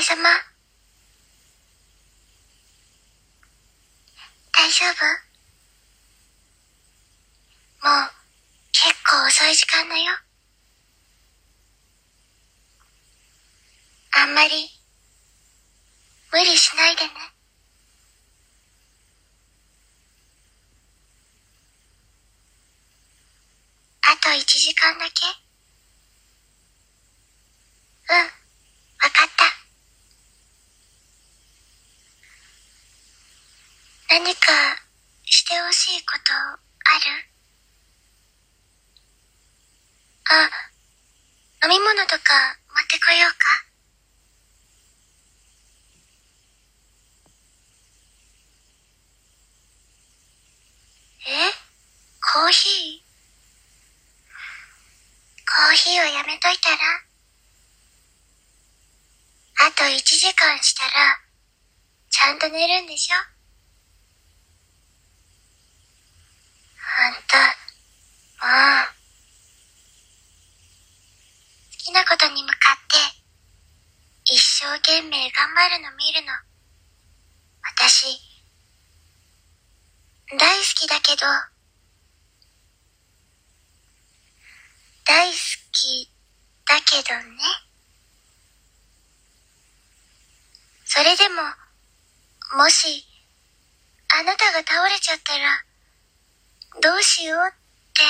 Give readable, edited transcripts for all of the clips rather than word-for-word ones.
れ様。大丈夫？もう結構遅い時間だよ。あんまり無理しないでね。あと1時間だけ。うん、わかった。何かしてほしいことある？飲み物とか持ってこようか？コーヒー？コーヒーをやめといたら？あと1時間したらちゃんと寝るんでしょ？ほんと、もう好きなことに向かって一生懸命頑張るの見るの、私大好きだけど、大好きだけどね。それでも、もしあなたが倒れちゃったらどうしようって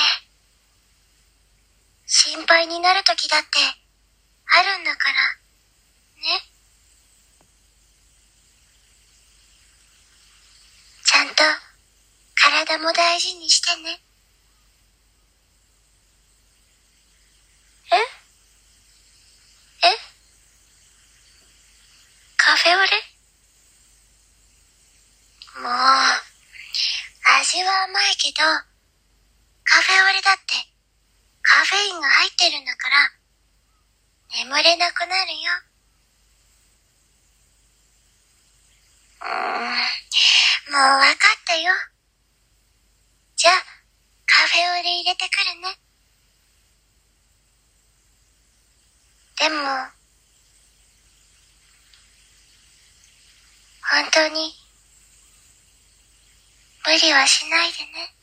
心配になる時だってあるんだからね。ちゃんと体も大事にしてね。カフェオレ？もう味は甘いけど、カフェオレだってカフェインが入ってるんだから眠れなくなるよ。もうわかったよ。じゃあカフェオレ入れてくるね。でも本当に無理はしないでね。